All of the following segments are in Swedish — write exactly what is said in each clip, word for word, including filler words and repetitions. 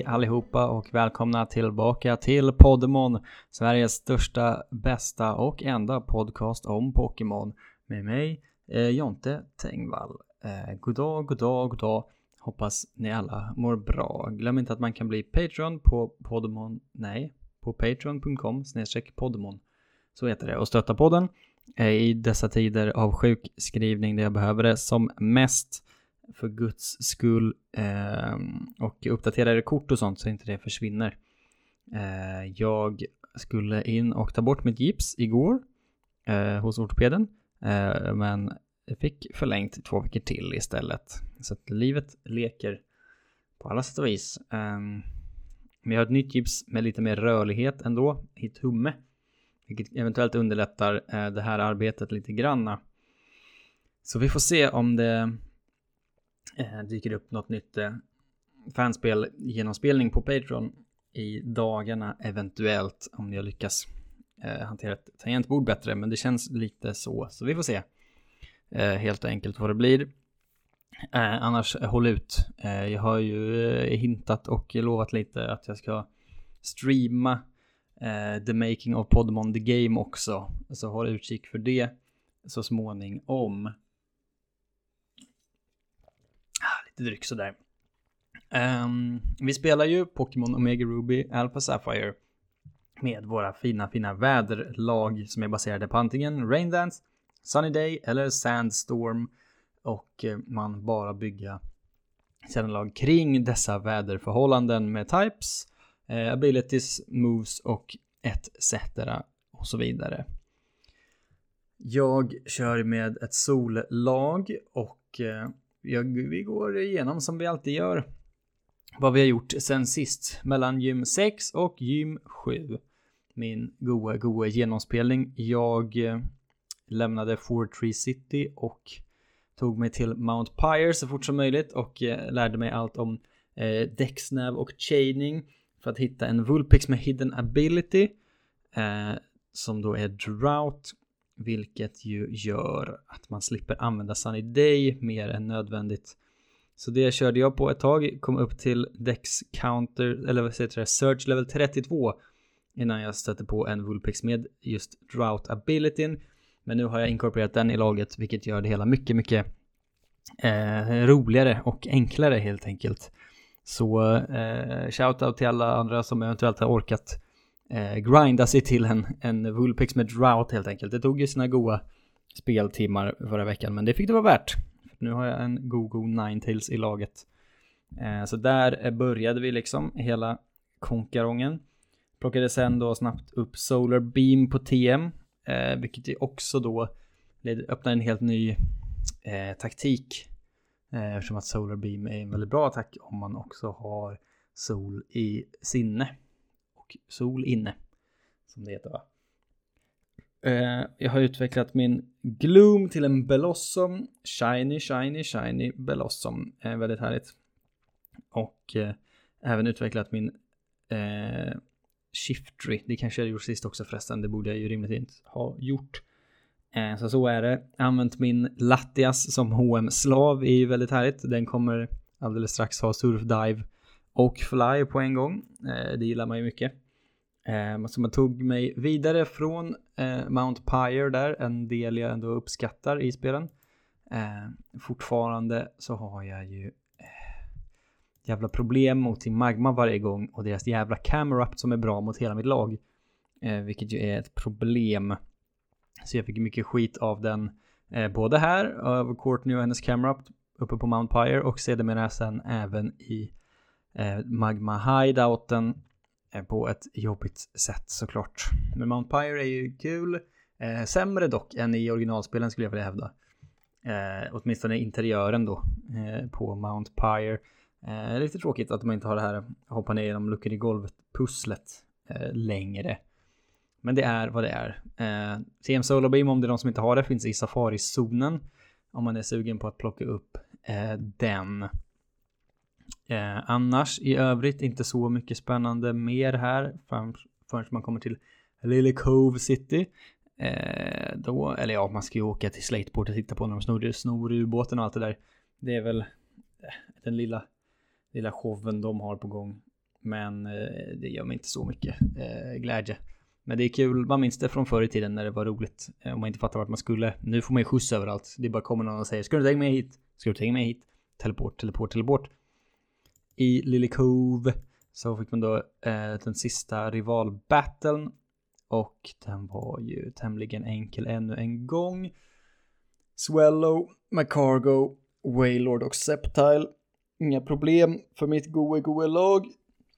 allihopa och välkomna tillbaka till Poddemon, Sveriges största, bästa och enda podcast om Pokémon med mig, eh, Jonte Tengvall. Eh, god dag, god dag, god dag. Hoppas ni alla mår bra. Glöm inte att man kan bli Patreon på Poddemon, nej, på patreon punkt com snedstreck poddemon. Så heter det, och stötta podden eh, i dessa tider av sjukskrivning där jag behöver det som mest. För Guds skull, eh, och uppdatera er kort och sånt så inte det försvinner. Eh, jag skulle in och ta bort mitt gips igår eh, hos ortopeden, eh, men jag fick förlängt två veckor till istället. Så att livet leker på alla sätt och vis. Eh, men jag har ett nytt gips med lite mer rörlighet ändå i tumme, vilket eventuellt underlättar eh, det här arbetet lite granna. Så vi får se om det Eh, dyker upp något nytt eh, fanspel genomspelning på Patreon i dagarna eventuellt, om jag lyckas eh, hantera ett tangentbord bättre, men det känns lite så, så vi får se eh, helt enkelt vad det blir. Eh, annars håll ut. Eh, jag har ju eh, hintat och lovat lite att jag ska streama eh, The Making of Poddemon The Game också, så håll utkik för det så småningom. Dryck sådär. Um, vi spelar ju Pokémon Omega Ruby Alpha Sapphire med våra fina fina väderlag som är baserade på antingen Raindance, Sunny Day eller Sandstorm, och uh, man bara bygga sina lag kring dessa väderförhållanden med types, uh, abilities, moves och et cetera och så vidare. Jag kör med ett sollag och uh, Jag, vi går igenom som vi alltid gör vad vi har gjort sen sist mellan gym sex och gym sju. Min goa, goa genomspelning. Jag eh, lämnade Fort Tree City och tog mig till Mount Pyre så fort som möjligt och eh, lärde mig allt om eh, däcksnäv och chaining för att hitta en Vulpix med hidden ability eh, som då är drought. Vilket ju gör att man slipper använda Sunny Day mer än nödvändigt. Så det körde jag på ett tag. Kom upp till Dex Counter, eller vad heter det, Search level trettiotvå. Innan jag stötte på en Vulpix med just Drought abilityn. Men nu har jag inkorporerat den i laget. Vilket gör det hela mycket, mycket eh, roligare och enklare helt enkelt. Så eh, shoutout till alla andra som eventuellt har orkat Eh, grinda sig till en, en Vulpix med drought helt enkelt. Det tog ju sina goda speltimmar förra veckan, men det fick det vara värt. Nu har jag en Go-Go Ninetales i laget. Eh, så där började vi liksom hela konkarongen. Plockade sen då snabbt upp Solar Beam på T M, eh, vilket ju också då öppnar en helt ny eh, taktik. Eh, eftersom att Solar Beam är en väldigt bra attack om man också har sol i sinne. Sol inne, som det heter, va? Uh, jag har utvecklat min Gloom till en Blossom. Shiny, shiny, shiny Blossom. Uh, väldigt härligt. Och uh, även utvecklat min uh, Shiftry. Det kanske jag gjort sist också förresten. Det borde jag ju rimligt inte ha gjort. Uh, så så är det. Använt min Latias som H M-slav är ju väldigt härligt. Den kommer alldeles strax ha Surf Dive och Fly på en gång. Eh, det gillar man ju mycket. Eh, så man tog mig vidare från eh, Mount Pyre där. En del jag ändå uppskattar i spelen. Eh, fortfarande så har jag ju eh, jävla problem mot Team Magma varje gång. Och deras jävla Camerupt som är bra mot hela mitt lag. Eh, vilket ju är ett problem. Så jag fick mycket skit av den. Eh, både här, av Courtney och hennes Camerupt uppe på Mount Pyre. Och sedermera sen även i Eh, Magma Hideouten eh, på ett jobbigt sätt såklart. Men Mount Pyre är ju kul. Eh, sämre dock än i originalspelen skulle jag vilja hävda. Eh, åtminstone interiören då eh, på Mount Pyre. Eh, lite tråkigt att man inte har det här hoppa ner genom luckor i golvet pusslet eh, längre. Men det är vad det är. Eh, T M Solar Beam, om det är de som inte har det, finns i Safari-zonen. Om man är sugen på att plocka upp eh, den. Eh, annars i övrigt inte så mycket spännande mer här förrän, förrän man kommer till Lily Cove City. Eh, då, eller ja, man ska ju åka till Slateport och titta på när de snor, snor ubåten och allt det där. Det är väl eh, den lilla, lilla showen de har på gång Men eh, det gör mig inte så mycket eh, glädje. Men det är kul, man minns det från förr i tiden när det var roligt. Eh, om man inte fattar vart man skulle. Nu får man ju skjuts överallt. Det bara kommer någon och säger, ska du ta mig hit? Ska du ta mig hit? Teleport, teleport, teleport. I Lily Cove så fick man då eh, den sista rivalbattlen. Och den var ju tämligen enkel ännu en gång. Swallow, Macargo, Wailord och Sceptile. Inga problem för mitt goe goe lag.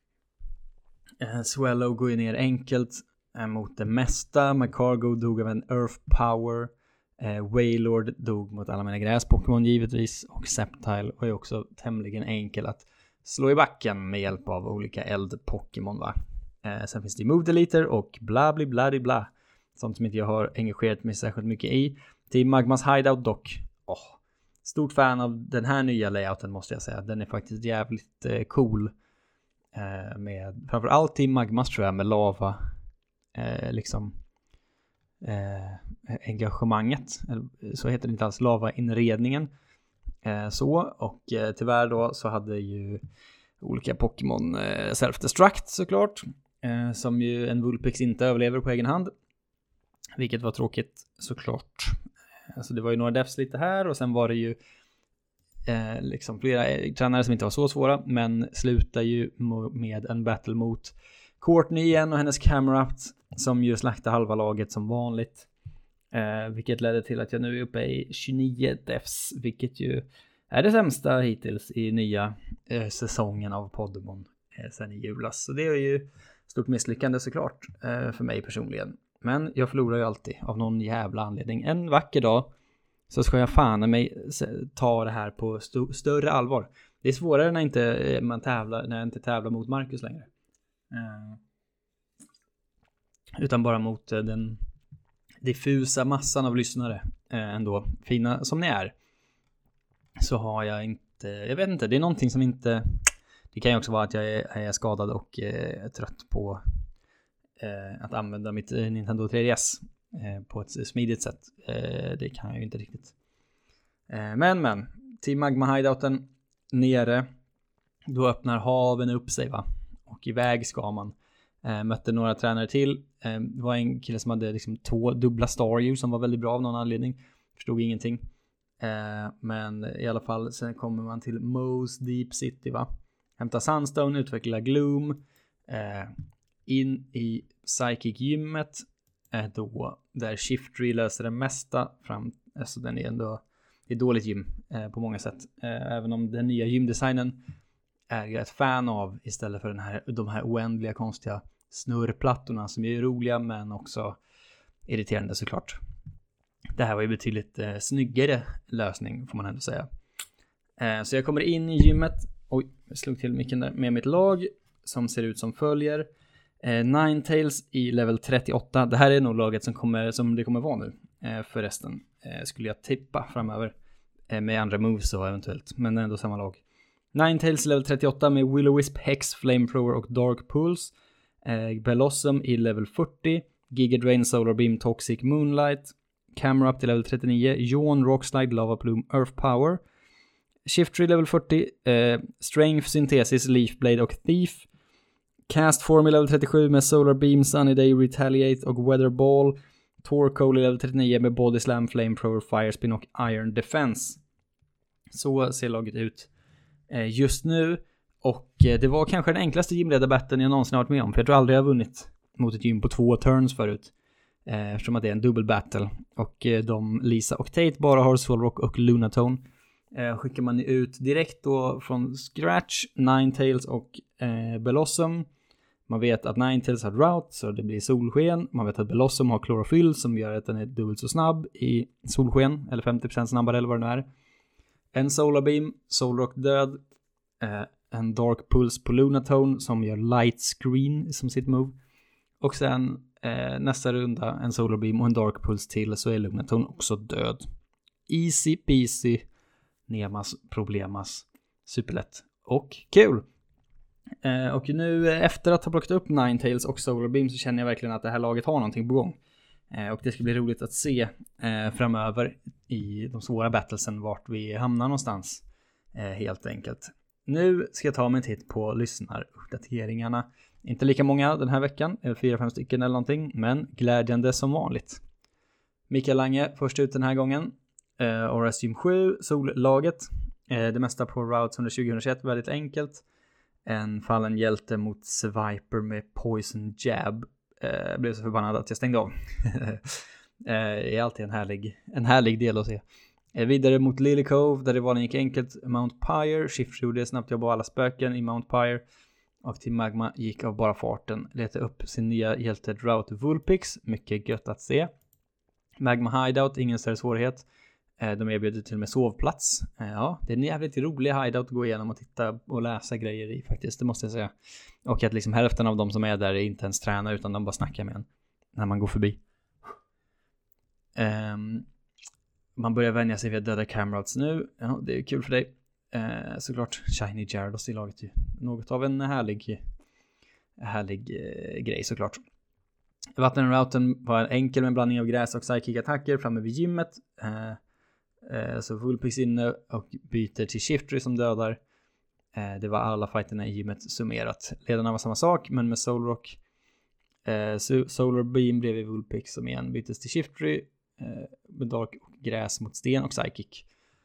Eh, Swallow går ju ner enkelt eh, mot det mesta. Macargo dog av en Earth Power. Eh, Wailord dog mot alla mina gräs-Pokémon givetvis. Och Sceptile var ju också tämligen enkel att slå i backen med hjälp av olika eld-Pokémon, va. Eh, sen finns det Move Deleter och bla bla bla bla bla. Sånt som inte jag har engagerat mig särskilt mycket i. Till Magmas Hideout dock. Oh, stort fan av den här nya layouten måste jag säga. Den är faktiskt jävligt eh, cool. Eh, med framförallt i Magmas tror jag med lava. Eh, liksom. Eh, engagemanget. Så heter det inte alls, lava-inredningen. Eh, så. Och eh, tyvärr då så hade ju olika Pokémon eh, self-destruct såklart. Eh, som ju en Vulpix inte överlever på egen hand. Vilket var tråkigt såklart. Alltså det var ju några defs lite här. Och sen var det ju eh, liksom flera tränare som inte var så svåra. Men slutar ju med en battle mot Courtney igen och hennes Camerupt. Som ju slaktade halva laget som vanligt. Eh, vilket ledde till att jag nu är uppe i tjugonio defs. Vilket ju är det sämsta hittills i nya eh, säsongen av Poddemon eh, sen i julas. Så det är ju stort misslyckande såklart eh, för mig personligen. Men jag förlorar ju alltid av någon jävla anledning. En vacker dag så ska jag fan mig ta det här på st- större allvar. Det är svårare när, inte man tävlar, när jag inte tävlar mot Marcus längre. Eh, utan bara mot eh, den diffusa massan av lyssnare eh, ändå. Fina som ni är. Så har jag inte, jag vet inte, det är någonting som inte, det kan ju också vara att jag är, är skadad och eh, är trött på eh, att använda mitt Nintendo tre D S eh, på ett smidigt sätt. Eh, det kan jag ju inte riktigt. Eh, men men, till Magma Hideouten nere, då öppnar haven upp sig, va? Och iväg ska man. Eh, mötte några tränare till. Eh, det var en kille som hade liksom två dubbla Staryu som var väldigt bra av någon anledning. Förstod ingenting. Eh, men i alla fall sen kommer man till Moe's Deep City, va. Hämta Sunstone, utveckla Gloom. Eh, in i Psychic-gymmet. Eh, då där Shiftry löser det mesta. Fram, alltså den är ändå, det är dåligt gym eh, på många sätt. Eh, även om den nya gymdesignen är jag ett fan av istället för den här, de här oändliga konstiga snurrplattorna som är roliga men också irriterande såklart. Det här var ju betydligt eh, snyggare lösning får man ändå säga. Eh, så jag kommer in i gymmet. Oj, jag slog till micken där med mitt lag som ser ut som följer. Eh, Ninetales i level trettioåtta. Det här är nog laget som, kommer, som det kommer vara nu. Eh, förresten eh, skulle jag tippa framöver. Eh, med andra moves så eventuellt. Men ändå samma lag. Ninetales level trettioåtta med Will-O-Wisp, Hex, Flamethrower och Dark Pulse. Eh, Bellossom i level fyrtio. Giga Drain, Solar Beam, Toxic, Moonlight. Camerupt till level trettionio. Yawn, Rockslide, Lava Plume, Earth Power. Shiftry level fyrtio. Eh, Strength, Synthesis, Leafblade och Thief. Cast Form i level trettiosju med Solar Beam, Sunny Day, Retaliate och Weather Ball. Torkoal i level trettionio med Body Slam, Flamethrower, Firespin och Iron Defense. Så ser laget ut eh, just nu. Och eh, det var kanske den enklaste gymledarbatten jag någonsin har varit med om. För jag tror aldrig jag har vunnit mot ett gym på två turns förut. Eh, eftersom att det är en dubbel battle. Och eh, de, Lisa och Tate, bara har Solrock och Lunatone. Eh, skickar man ut direkt då från scratch Ninetales och eh, Bellossom. Man vet att Ninetales har Drought så det blir solsken. Man vet att Bellossom har Chlorophyll som gör att den är dubbelt så snabb i solsken. Eller femtio procent snabbare eller vad det nu är. En Solar Beam, Solrock död. Eh, en Dark Pulse på Lunatone som gör Light Screen som sitt move. Och sen eh, nästa runda en Solar Beam och en Dark Pulse till så är Lunatone också död. Easy peasy. Nemas problemas. Superlätt. Och kul. Eh, och nu efter att ha plockat upp Ninetales och Solar Beam så känner jag verkligen att det här laget har någonting på gång. Eh, och det ska bli roligt att se eh, framöver i de svåra battlesen vart vi hamnar någonstans. Eh, helt enkelt. nu ska jag ta mig en titt på lyssnaruppdateringarna. Inte lika många den här veckan, eller fyra, fem stycken eller någonting, men glädjande som vanligt. Mikael Lange först ut den här gången. Uh, O R S Gym sju, sollaget. Uh, det mesta på routes under tjugo tjugoett, väldigt enkelt. En fallen hjälte mot Swiper med Poison Jab. Uh, blev så förbannad att jag stängde av. uh, är alltid en härlig, en härlig del att se. Uh, vidare mot Lily Cove, där det var den gick enkelt. Mount Pyre, Shift gjorde snabbt jobb på alla spöken i Mount Pyre. Och till Magma gick av bara farten. Letade upp sin nya hjälte Drought Vulpix. Mycket gött att se. Magma Hideout, ingen större svårighet. De erbjuder till och med sovplats. Ja, det är en jävligt rolig hideout att gå igenom och titta och läsa grejer i faktiskt, det måste jag säga. Och att liksom hälften av de som är där är inte ens tränar utan de bara snackar med en när man går förbi. Um, man börjar vänja sig vid att döda Camroutes nu. Ja, det är kul för dig. Uh, såklart Shiny Gyarados i laget ju. Något av en härlig härlig uh, grej såklart. Vattenrouten var enkel med en blandning av gräs och psychic-attacker framme vid gymmet. Uh, uh, så Vulpix inne och byter till Shiftry som dödar. Uh, det var alla fighterna i gymmet summerat. Ledarna var samma sak, men med Solrock. Uh, Solar Beam bredvid Vulpix som igen byttes till Shiftry. Uh, med dark och gräs mot sten och psychic.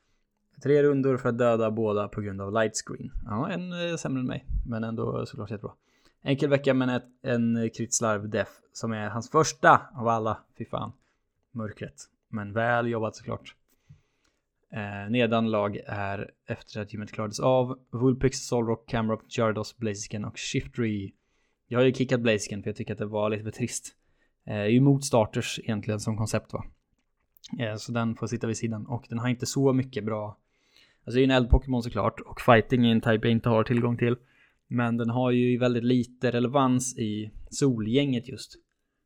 Tre rundor för att döda båda på grund av light screen. Ja, en uh, sämre än mig, men ändå såklart jättebra. Enkel vecka men ett, en kritslarv def som är hans första av alla. Fy fan. Mörkret. Men väl jobbat såklart. Eh, nedan lag är efter att gymmet klarades av. Vulpix, Solrock, Camrock, Gyarados, Blaziken och Shiftry. Jag har ju kickat Blaziken för jag tycker att det var lite för trist. Eh, är ju mot starters egentligen som koncept va. Eh, så den får sitta vid sidan. Och den har inte så mycket bra. Alltså det är ju en eld-Pokémon såklart. Och fighting är en type jag inte har tillgång till. Men den har ju väldigt lite relevans i solgänget just.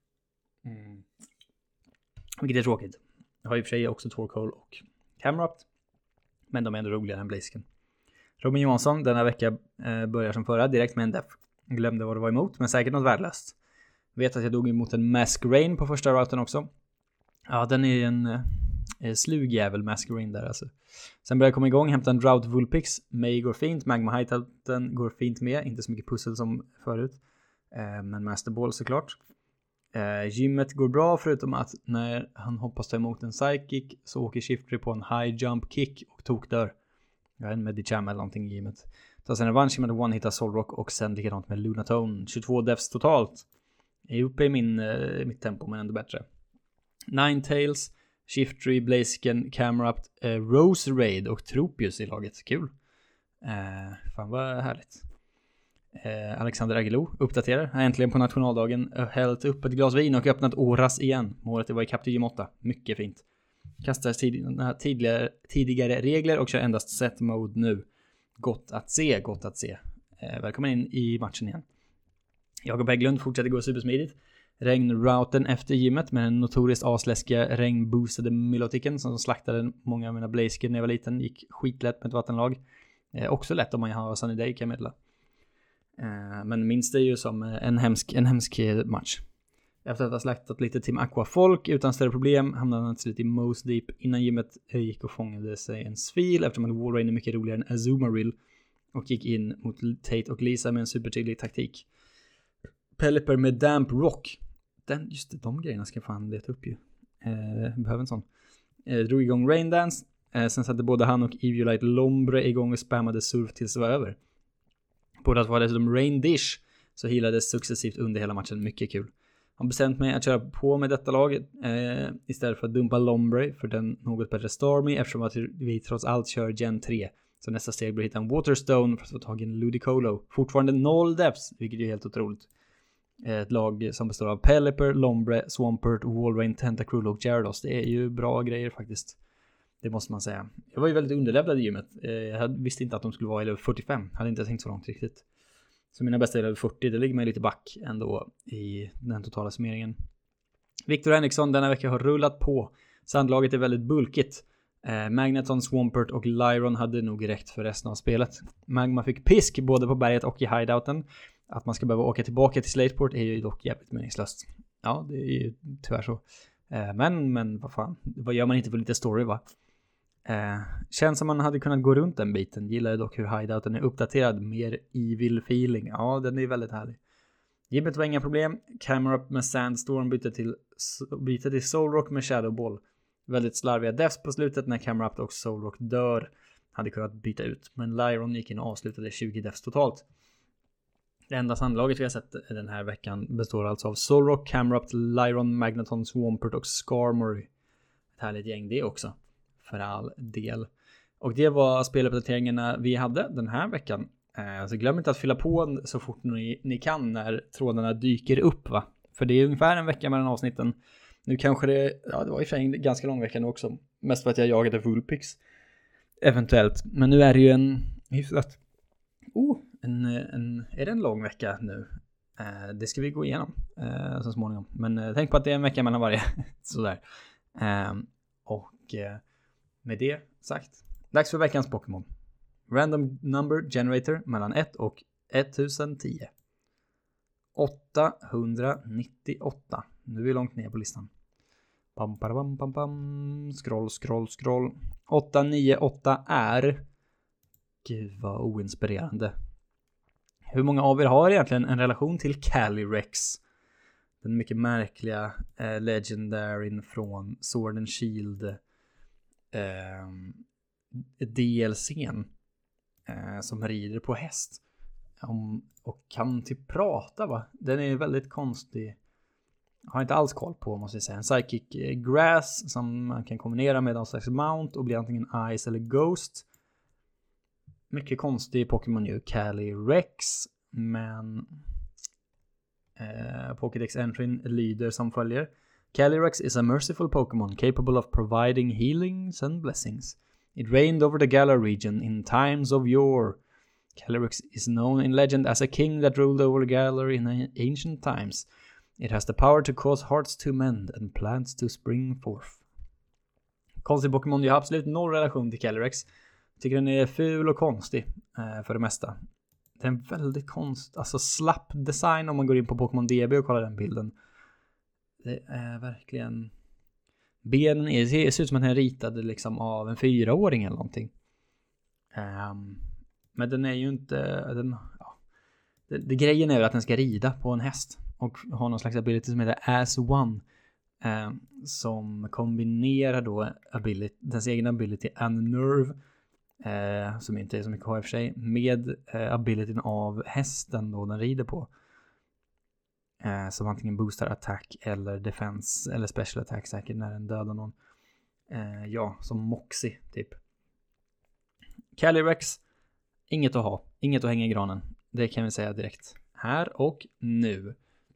Mm. Vilket är tråkigt. Jag har ju för sig också Torkoal och Camerupt. Men de är ändå roligare än Blaziken. Robin Johansson denna vecka eh, börjar som förra direkt med en def. Glömde vad det var emot, men säkert något värdelöst. Vet att jag dog emot en Masquerain på första routen också. Ja, den är en eh, slug jävel Masquerain där alltså. Sen börjar jag komma igång, hämta en Drought Vulpix. May går fint, Magma Hideouten går fint med. Inte så mycket pussel som förut. Eh, men Master Ball såklart. Eh, gymmet går bra förutom att när han hoppas ta emot en Psychic så åker Shiftry på en High Jump Kick och tokdör. Jag har en Medicham eller någonting i gymmet. Tar sen en revansch med one-hitta Solrock och sen likadant med Lunatone. tjugotvå defs totalt. Jag är uppe i min, eh, mitt tempo men ändå bättre. Ninetales, Shiftry, Blaziken, Camerupt, eh, Rose Raid och Tropius i laget. Kul. Eh, fan vad härligt. Eh, Alexander Aguilou uppdaterar. Han äntligen på nationaldagen hällt upp ett glas vin och öppnat Oras igen. Målet det var i Cup Gym åtta. Mycket fint. Kastar tid- tidigare, tidigare regler och kör endast set mode nu. Gott att se, gott att se. Eh, välkommen in i matchen igen. Jakob Hägglund fortsätter gå supersmidigt. Regnrouten efter gymmet med den notoriskt asläskiga regnboostade Milotiken som slaktade många av mina Blaziken när jag var liten. Gick skitlätt med ett vattenlag. Eh, också lätt om man har Sunny Day kan jag meddela. Eh, men minst det är ju som en hemsk, en hemsk match. Efter att ha slaktat lite Team Aqua Folk utan större problem hamnade han till lite i Most Deep innan gymmet gick och fångade sig en Sfil eftersom att Walrein är mycket roligare än Azumarill och gick in mot Tate och Lisa med en supertydlig taktik. Pelipper med Damp Rock. Den, just det, de grejerna ska fan leta upp ju. Eh, behöver en sån. Eh, drog igång Rain Dance. Eh, sen satte både han och Eviolite Lombre igång och spammade surf tills det var över. Båda var dessutom Rain Dish. Så healades successivt under hela matchen. Mycket kul. Han bestämt mig att köra på med detta lag. Eh, istället för att dumpa Lombre. För den något bättre Stormy. Eftersom att vi trots allt kör Gen tre. Så nästa steg blir att hitta en Waterstone för att få tag i en Ludicolo. Fortfarande noll defs. Vilket är helt otroligt. Ett lag som består av Pelipper, Lombre, Swampert, Walrein, Tentacruel och Gyarados. Det är ju bra grejer faktiskt. Det måste man säga. Jag var ju väldigt underlevlad i gymmet. Jag visste inte att de skulle vara i level fyrtiofem. Jag hade inte tänkt så långt riktigt. Så mina bästa är level fyrtio. Det ligger mig lite back ändå i den totala summeringen. Victor Henriksson denna vecka har rullat på. Sandlaget är väldigt bulkigt. Magneton, Swampert och Lyron hade nog räckt för resten av spelet. Magma fick pisk både på berget och i hideouten. Att man ska behöva åka tillbaka till Slateport är ju dock jävligt meningslöst. Ja, det är ju tyvärr så. Men, men vad fan. Vad gör man inte för lite story va? Eh, känns som man hade kunnat gå runt den biten. Gillar dock hur hideouten är uppdaterad. Mer evil feeling. Ja, den är väldigt härlig. Gibbet var inga problem. Camera Up med Sandstorm bytte till, bytte till Soulrock med Shadowball. Väldigt slarviga deaths på slutet när Camera Up och Soulrock dör. Hade kunnat byta ut. Men Lyron gick in och avslutade tjugo deaths totalt. Det enda sandlaget vi har sett den här veckan består alltså av Soulrock, Camera Up, Lyron, Magneton, Swampert och Skarmory. Ett härligt gäng det också. För all del. Och det var speluppdateringarna vi hade den här veckan. Så glöm inte att fylla på så fort ni, ni kan när trådarna dyker upp, va? För det är ungefär en vecka mellan avsnitten. Nu kanske det, ja det var i och för sig en ganska lång vecka nu också. Mest för att jag jagade Vulpix. Eventuellt. Men nu är det ju en, hyfsat, oh, en, en, är det en lång vecka nu? Eh, det ska vi gå igenom eh, så småningom. Men eh, tänk på att det är en vecka mellan varje. Sådär. Eh, och eh, med det sagt. Dags för veckans Pokémon. Random number generator mellan ett och ettusen tio. åttahundranittioåtta. Nu är vi långt ner på listan. Pam, pam, pam, pam. Scroll, scroll, scroll. åttahundranittioåtta är... Gud vad oinspirerande. Hur många av er har egentligen en relation till Calyrex? Den mycket märkliga eh, legendaryn från Sword and Shield eh, D L C:n eh, som rider på häst um, och kan typ prata, va? Den är väldigt konstig. Jag har inte alls koll på, måste jag säga. En psychic grass som man kan kombinera med någon slags mount och bli antingen ice eller ghost. Mycket konstig Pokémon ju, Calyrex, men eh, Pokédex Entry lyder som följer. Calyrex is a merciful Pokémon capable of providing healings and blessings. It reigned over the Galar region in times of yore. Calyrex is known in legend as a king that ruled over Galar in ancient times. It has the power to cause hearts to mend and plants to spring forth. Konstig Pokémon, jag har absolut noll relation till Calyrex. Tycker den är ful och konstig eh, för det mesta. Det är en väldigt konst, alltså slapp design om man går in på Pokémon D B och kollar den bilden. Det är verkligen... Benen är, det ser ut som att den är ritad liksom av en fyraåring eller någonting. Um, men den är ju inte... Den, ja. det, det, grejen är att den ska rida på en häst och ha någon slags ability som heter As One. Um, som kombinerar då ability, dens egen ability Unnerve. Eh, som inte är så mycket H för sig, med eh, abilityn av hästen då den rider på, eh, som antingen boostar attack eller defense eller special attack säkert när den dödar någon, eh, ja, som Moxie typ. Calyrex, inget att ha, inget att hänga i granen, det kan vi säga direkt här och nu.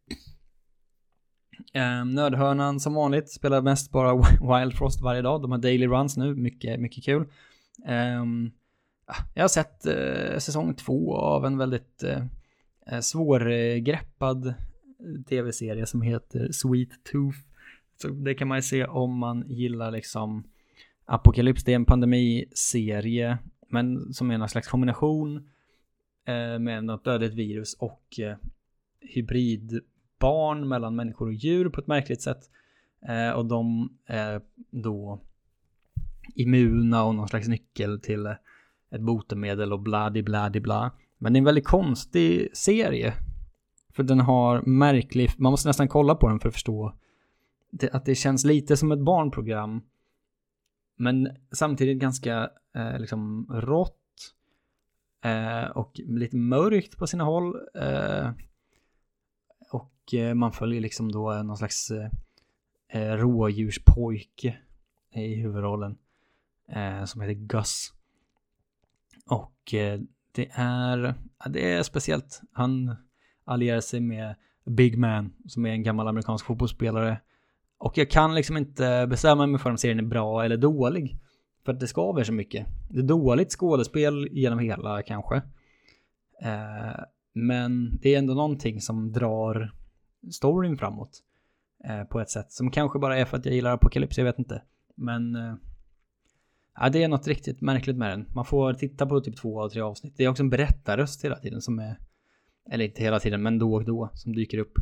eh, Nördhörnan som vanligt spelar mest bara Wild Frost varje dag, de har daily runs nu, mycket, mycket kul. Um, jag har sett uh, säsong två av en väldigt uh, svårgreppad tv-serie som heter Sweet Tooth. Så det kan man ju se om man gillar liksom Apocalypse. Det är en pandemiserie, men som är en slags kombination uh, med något dödligt virus och uh, hybridbarn mellan människor och djur på ett märkligt sätt. Uh, och de är då immuna och någon slags nyckel till ett botemedel och bladi bladi bla. Men det är en väldigt konstig serie. För den har märklig... Man måste nästan kolla på den för att förstå det, att det känns lite som ett barnprogram. Men samtidigt ganska eh, liksom rått. Eh, och lite mörkt på sina håll. Eh, och eh, man följer liksom då någon slags eh, rådjurspojke i huvudrollen. Eh, som heter Gus. Och eh, det är ja, det är speciellt. Han allierar sig med Big Man som är en gammal amerikansk fotbollsspelare. Och jag kan liksom inte bestämma mig för om serien är bra eller dålig. För att det skaver så mycket. Det är dåligt skådespel genom hela kanske. Eh, men det är ändå någonting som drar storyn framåt. Eh, på ett sätt som kanske bara är för att jag gillar Apocalypse, jag vet inte. Men... Eh, Ja, det är något riktigt märkligt med den. Man får titta på typ två av tre avsnitt. Det är också en berättarröst hela tiden som är, eller inte hela tiden, men då och då som dyker upp.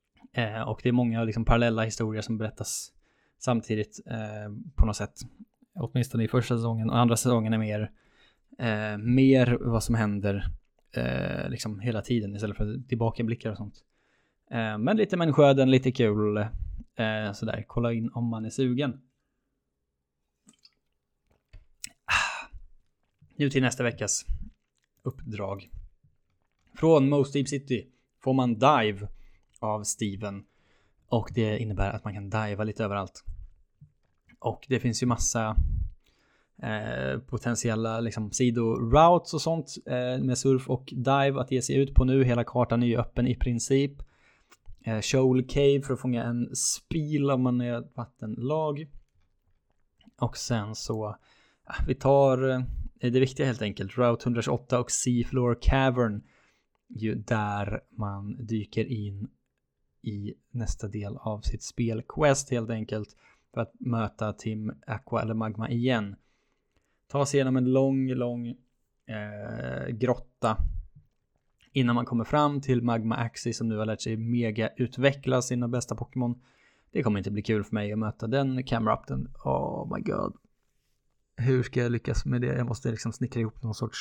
Eh, och det är många liksom parallella historier som berättas samtidigt eh, på något sätt. Åtminstone i första säsongen, och andra säsongen är mer eh, mer vad som händer eh, liksom hela tiden istället för tillbakablickar och sånt. Eh, men lite människoöden, lite kul eh, sådär, kolla in om man är sugen. Ah. Nu till nästa veckas uppdrag. Från Most Deep City får man Dive av Steven, och det innebär att man kan diva lite överallt. Och det finns ju massa eh, potentiella liksom, sidoroutes och sånt eh, med surf och dive att ge sig ut på nu. Hela kartan är ju öppen i princip. Eh, Shoal Cave för att fånga en spil om man är ett vattenlag. Och sen så ja, vi tar eh, det viktiga helt enkelt. Route etthundratjugoåtta och Seafloor Cavern. Ju där man dyker in i nästa del av sitt spel Quest helt enkelt. För att möta Team Aqua eller Magma igen. Ta sig igenom en lång, lång eh, grotta. Innan man kommer fram till Magma Axis som nu har lärt sig mega utveckla sina bästa Pokémon. Det kommer inte bli kul för mig att möta den Camerupten. Oh my god. Hur ska jag lyckas med det? Jag måste liksom snickra ihop någon sorts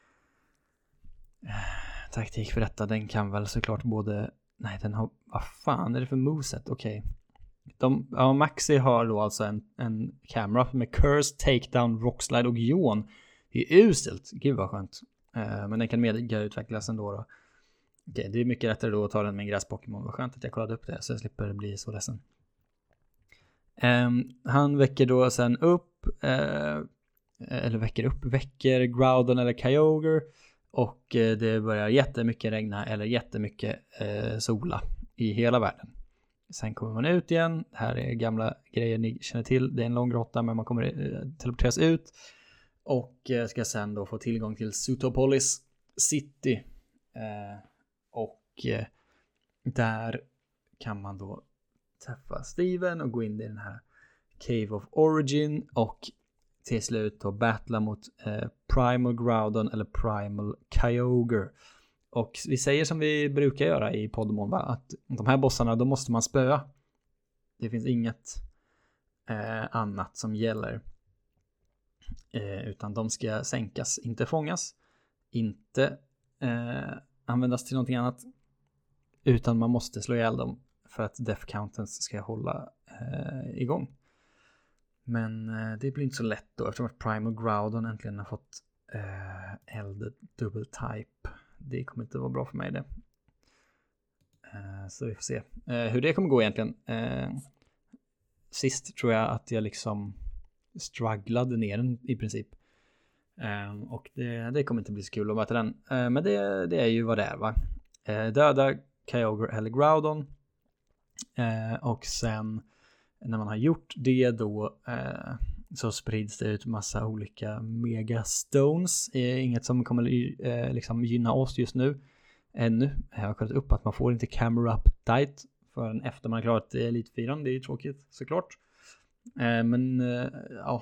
eh, taktik för detta. Den kan väl såklart både... Nej, den har... Vad fan är det för moveset? Okej. Okay. De, ja, Maxi har då alltså en, en kamera med Curse, Takedown, Rockslide och Ion. Det är uselt. Gud vad skönt. Uh, men den kan mega utvecklas ändå då. Okej, okay, det är mycket lättare då att ta den med en gräs-Pokémon. Vad skönt att jag kollade upp det så jag slipper bli så ledsen. Um, han väcker då sen upp uh, eller väcker upp, väcker Groudon eller Kyogre. Och uh, det börjar jättemycket regna eller jättemycket uh, sola i hela världen. Sen kommer man ut igen. Det här är gamla grejer ni känner till. Det är en lång grotta men man kommer eh, teleporteras ut. Och eh, ska sen då få tillgång till Sutopolis City. Eh, och eh, där kan man då träffa Steven och gå in i den här Cave of Origin. Och till slut då battla mot eh, Primal Groudon eller Primal Kyogre. Och vi säger som vi brukar göra i Podmon, va? Att de här bossarna, då måste man spöa. Det finns inget eh, annat som gäller. Eh, utan de ska sänkas, inte fångas. Inte eh, användas till någonting annat. Utan man måste slå ihjäl dem för att death counten ska hålla eh, igång. Men eh, det blir inte så lätt då eftersom att Primal Groudon äntligen har fått eh, eld double type. Det kommer inte vara bra för mig det. Uh, så vi får se uh, hur det kommer gå egentligen. Uh, sist tror jag att jag liksom strugglade ner den i princip. Uh, och det, det kommer inte bli så kul att möta den. Uh, men det, det är ju vad det är, va? Uh, döda Kyogre eller Groudon. Uh, och sen när man har gjort det då uh, så sprids det ut massa olika megastones. Det är inget som kommer eh, liksom gynna oss just nu. Ännu. Jag har kollat upp att man får inte camera update förrän efter man har klarat Elite fyra. Det är ju tråkigt såklart. Eh, men eh, ja.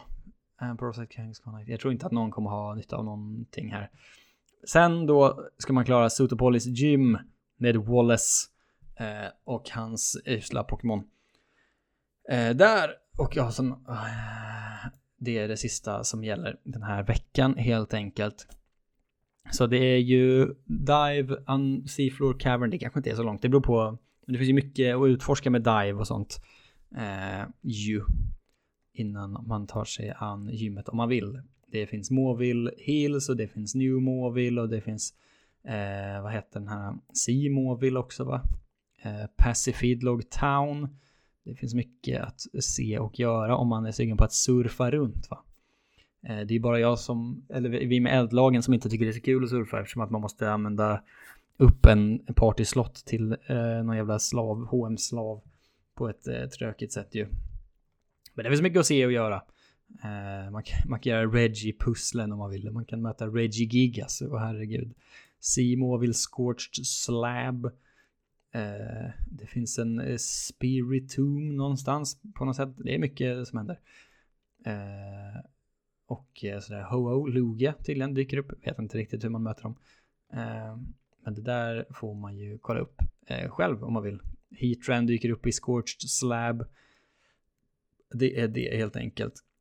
Jag tror inte att någon kommer ha nytta av någonting här. Sen då ska man klara Sutopolis Gym med Wallace eh, och hans usla Pokémon. Eh, där och ja, som... Uh, det är det sista som gäller den här veckan helt enkelt. Så det är ju Dive, un, Seafloor Cavern. Det kanske inte är så långt. Det beror på. Det finns ju mycket att utforska med Dive och sånt. Eh, ju. Innan man tar sig an gymmet om man vill. Det finns Mauville Hills och det finns New Mauville och det finns eh, vad heter den här? Sea Mauville också, va? Eh, Pacifidlog Town. Det finns mycket att se och göra om man är sugen på att surfa runt, va? Eh, det är bara jag som, eller vi med eldlagen som inte tycker det är så kul att surfa eftersom att man måste använda upp en partyslott till eh, någon jävla slav, H M-slav på ett eh, tråkigt sätt ju. Men det finns mycket att se och göra. Eh, man, kan, man kan göra Reggie-pusslen om man vill. Man kan möta Reggie Gigas, och herregud. Simo vill Scorched Slab. Eh, det finns en eh, Spiritomb någonstans på något sätt. Det är mycket som händer. Eh, och eh, sådär Ho-Oh, Lugia tydligen dyker upp. Vet inte riktigt hur man möter dem. Eh, men det där får man ju kolla upp eh, själv om man vill. Heatran dyker upp i Scorched Slab. Det är det helt enkelt.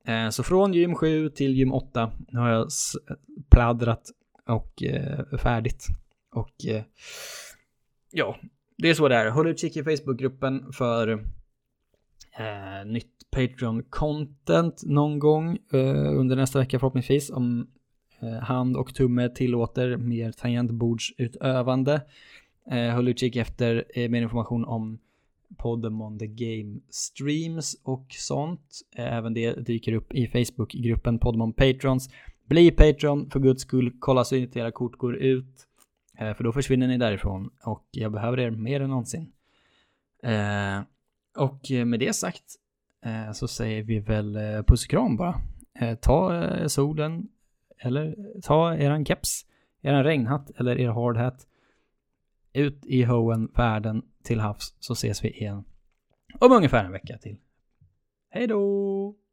Eh, så från gym sju till gym åtta har jag s- pladdrat och eh, färdigt. Och eh, ja, det är så det är. Håll utkik i Facebookgruppen för eh, nytt Patreon-content någon gång eh, under nästa vecka förhoppningsvis. Om eh, hand och tumme tillåter mer tangentbordsutövande. Eh, håll utkik efter eh, mer information om Podemon The Game Streams och sånt. Även det dyker upp i Facebookgruppen Podemon Patrons. Bli Patreon för guds skull. Kolla så inte era kort går ut. Eh, för då försvinner ni därifrån. Och jag behöver er mer än någonsin. Eh, och med det sagt eh, så säger vi väl eh, puss och kram bara. Eh, ta eh, solen. Eller ta eran keps. Eran regnhatt eller er hardhat. Ut i hoen, världen till havs, så ses vi igen om ungefär en vecka till. Hej då!